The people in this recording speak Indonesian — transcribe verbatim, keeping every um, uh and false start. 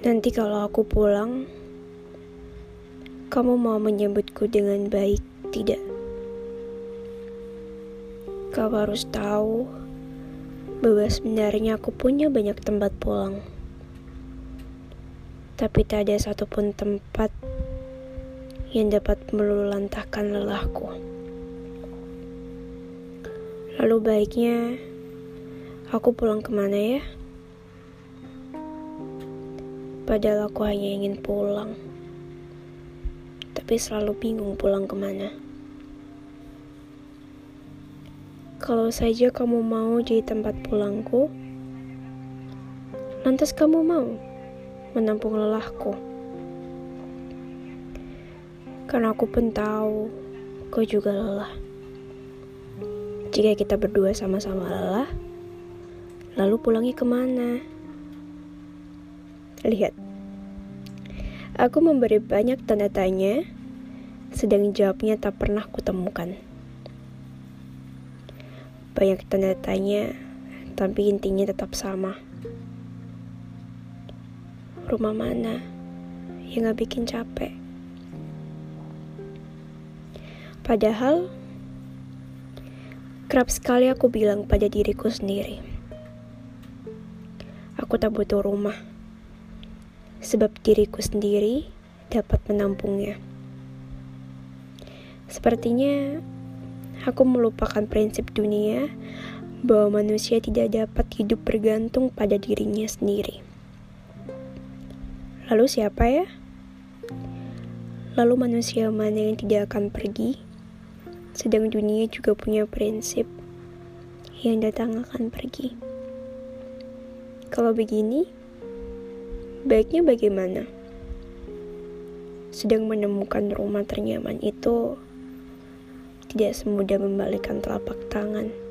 Nanti kalau aku pulang, kamu mau menyambutku dengan baik, tidak? Kau harus tahu bahwa sebenarnya aku punya banyak tempat pulang. Tapi tak ada satupun tempat yang dapat meluluhlantahkan lelahku. Lalu baiknya aku pulang kemana ya? Padahal aku hanya ingin pulang, tapi selalu bingung pulang kemana. Kalau saja kamu mau jadi tempat pulangku, lantas kamu mau menampung lelahku. Karena aku pun tahu kau juga lelah. Jika kita berdua sama-sama lelah, lalu pulangnya kemana? Lihat, aku memberi banyak tanda tanya, sedang jawabnya tak pernah kutemukan. Banyak tanda tanya, tapi intinya tetap sama. Rumah mana yang gak bikin capek? Padahal, kerap sekali aku bilang pada diriku sendiri, aku tak butuh rumah, sebab diriku sendiri dapat menampungnya. Sepertinya aku melupakan prinsip dunia bahwa manusia tidak dapat hidup bergantung pada dirinya sendiri. Lalu siapa ya? Lalu manusia mana yang tidak akan pergi? Sedang dunia juga punya prinsip yang datang akan pergi. Kalau begini, baiknya bagaimana? Sedang menemukan rumah ternyaman itu tidak semudah membalikkan telapak tangan.